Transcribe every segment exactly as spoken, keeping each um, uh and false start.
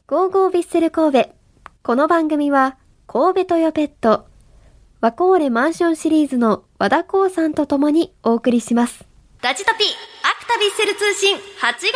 ゴーゴービッセル神戸。この番組は神戸トヨペット、ワコーレマンションシリーズの和田光さんと共にお送りします。 ラジトピアクタビッセル通信はちがつ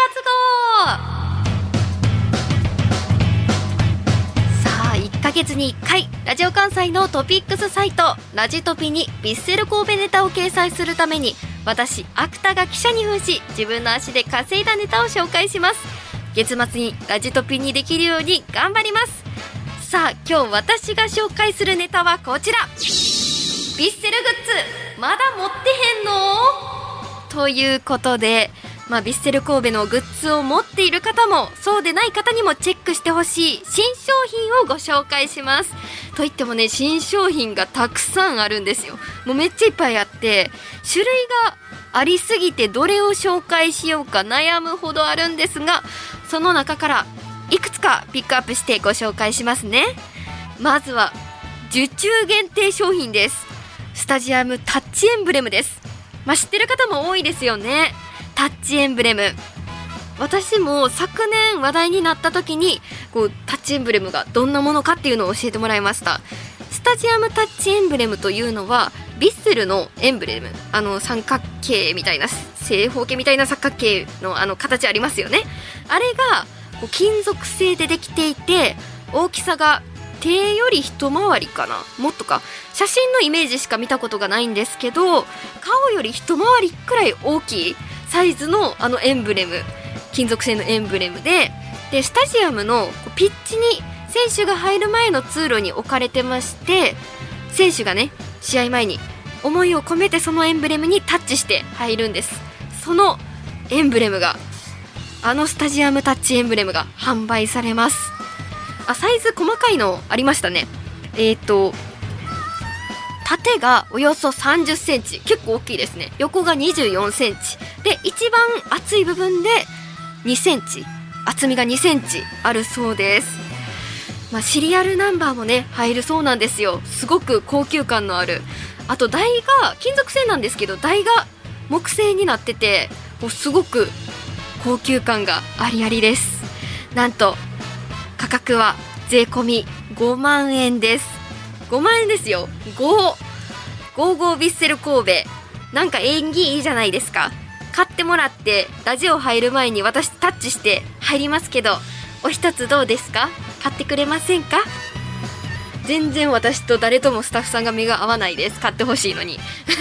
号。さあいっかげつにいっかいラジオ関西のトピックスサイトラジトピにビッセル神戸ネタを掲載するために、私アクタが記者に扮し、自分の足で稼いだネタを紹介します。月末にラジトピにできるように頑張ります。さあ今日私が紹介するネタはこちら。ビッセルグッズまだ持ってへんのということで、まあ、ビッセル神戸のグッズを持っている方もそうでない方にもチェックしてほしい新商品をご紹介します。といってもね、新商品がたくさんあるんですよ。もうめっちゃいっぱいあって、種類がありすぎてどれを紹介しようか悩むほどあるんですが、その中からいくつかピックアップしてご紹介しますね。まずは受注限定商品です。スタジアムタッチエンブレムです。まあ、知ってる方も多いですよね。タッチエンブレム、私も昨年話題になった時にこうタッチエンブレムがどんなものかっていうのを教えてもらいました。スタジアムタッチエンブレムというのはビッセルのエンブレム、あの三角形みたいな正方形みたいな三角形のあの形ありますよね。あれがこう金属製でできていて、大きさが手より一回りかな、もっとか、写真のイメージしか見たことがないんですけど、顔より一回りくらい大きいサイズのあのエンブレム、金属製のエンブレムで、でスタジアムのピッチに選手が入る前の通路に置かれてまして、選手がね試合前に思いを込めてそのエンブレムにタッチして入るんです。そのエンブレムが、あのスタジアムタッチエンブレムが販売されます。あ、サイズ細かいのありましたね。えーと縦がおよそさんじゅっセンチ、結構大きいですね。横がにじゅうよんセンチで、一番厚い部分でにセンチ、厚みがにセンチあるそうです。まあ、シリアルナンバーもね入るそうなんですよ。すごく高級感のある。あと台が金属製なんですけど、台が木製になってて、もうすごく高級感がありありです。なんと価格は税込みごまんえんです。ごまんえんですよ。ごゴーゴービッセル神戸、なんか縁起いいじゃないですか。買ってもらってラジオ入る前に私タッチして入りますけど、お一つどうですか？買ってくれませんか？全然私と誰ともスタッフさんが目が合わないです。買ってほしいのに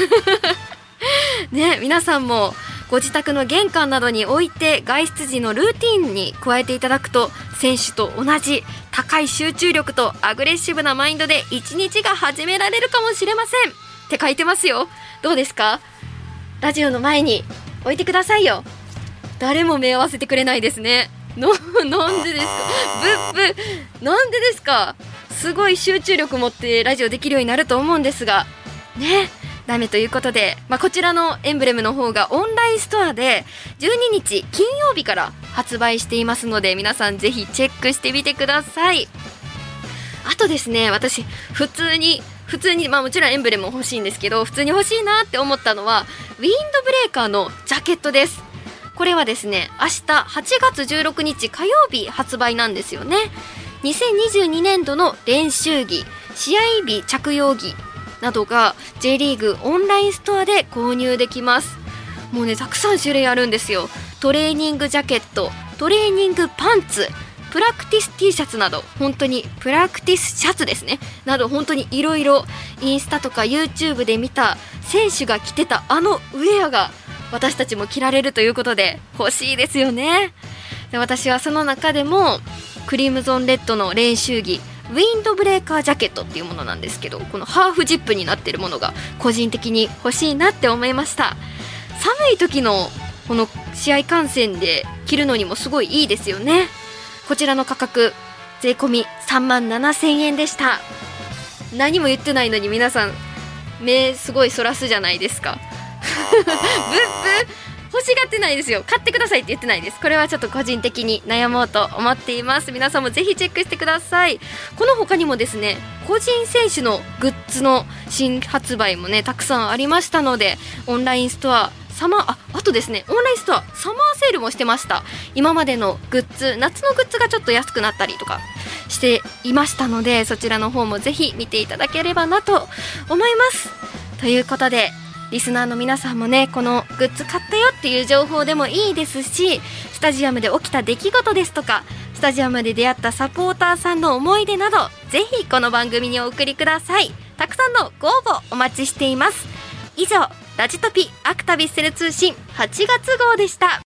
ね、皆さんもご自宅の玄関などに置いて外出時のルーティンに加えていただくと、選手と同じ高い集中力とアグレッシブなマインドで一日が始められるかもしれませんって書いてますよ。どうですか？ラジオの前に置いてくださいよ。誰も目合わせてくれないですね。のなんでですか？ブッブなんでですか？すごい集中力持ってラジオできるようになると思うんですがね、ダメということで、まあ、こちらのエンブレムの方がオンラインストアでじゅうににち金曜日から発売していますので、皆さんぜひチェックしてみてください。あとですね、私普通に普通にまあもちろんエンブレムも欲しいんですけど、普通に欲しいなって思ったのはウィンドブレーカーのジャケットです。これはですね、明日はちがつじゅうろくにち火曜日発売なんですよね。にせんにじゅうにねんどの練習着、試合日着用着などが J リーグオンラインストアで購入できます。もうねたくさん種類あるんですよ。トレーニングジャケット、トレーニングパンツ、プラクティス T シャツなど、本当にプラクティスシャツですねなど、本当にいろいろインスタとか YouTube で見た選手が着てたあのウェアが私たちも着られるということで欲しいですよね。で、私はその中でもクリムゾンレッドの練習着ウィンドブレーカージャケットっていうものなんですけど、このハーフジップになっているものが個人的に欲しいなって思いました。寒い時のこの試合観戦で着るのにもすごいいいですよね。こちらの価格税込みさんまんななせんえんでした。何も言ってないのに皆さん目すごいそらすじゃないですかブッブ欲しがってないですよ。買ってくださいって言ってないです。これはちょっと個人的に悩もうと思っています。皆さんもぜひチェックしてください。この他にもですね、個人選手のグッズの新発売もねたくさんありましたので、オンラインストアサマーああとですね、オンラインストアサマーセールもしてました。今までのグッズ、夏のグッズがちょっと安くなったりとかしていましたので、そちらの方もぜひ見ていただければなと思います。ということでリスナーの皆さんもね、このグッズ買ったよっていう情報でもいいですし、スタジアムで起きた出来事ですとか、スタジアムで出会ったサポーターさんの思い出など、ぜひこの番組にお送りください。たくさんのご応募お待ちしています。以上、ラジトピアクタビッセル通信はちがつ号でした。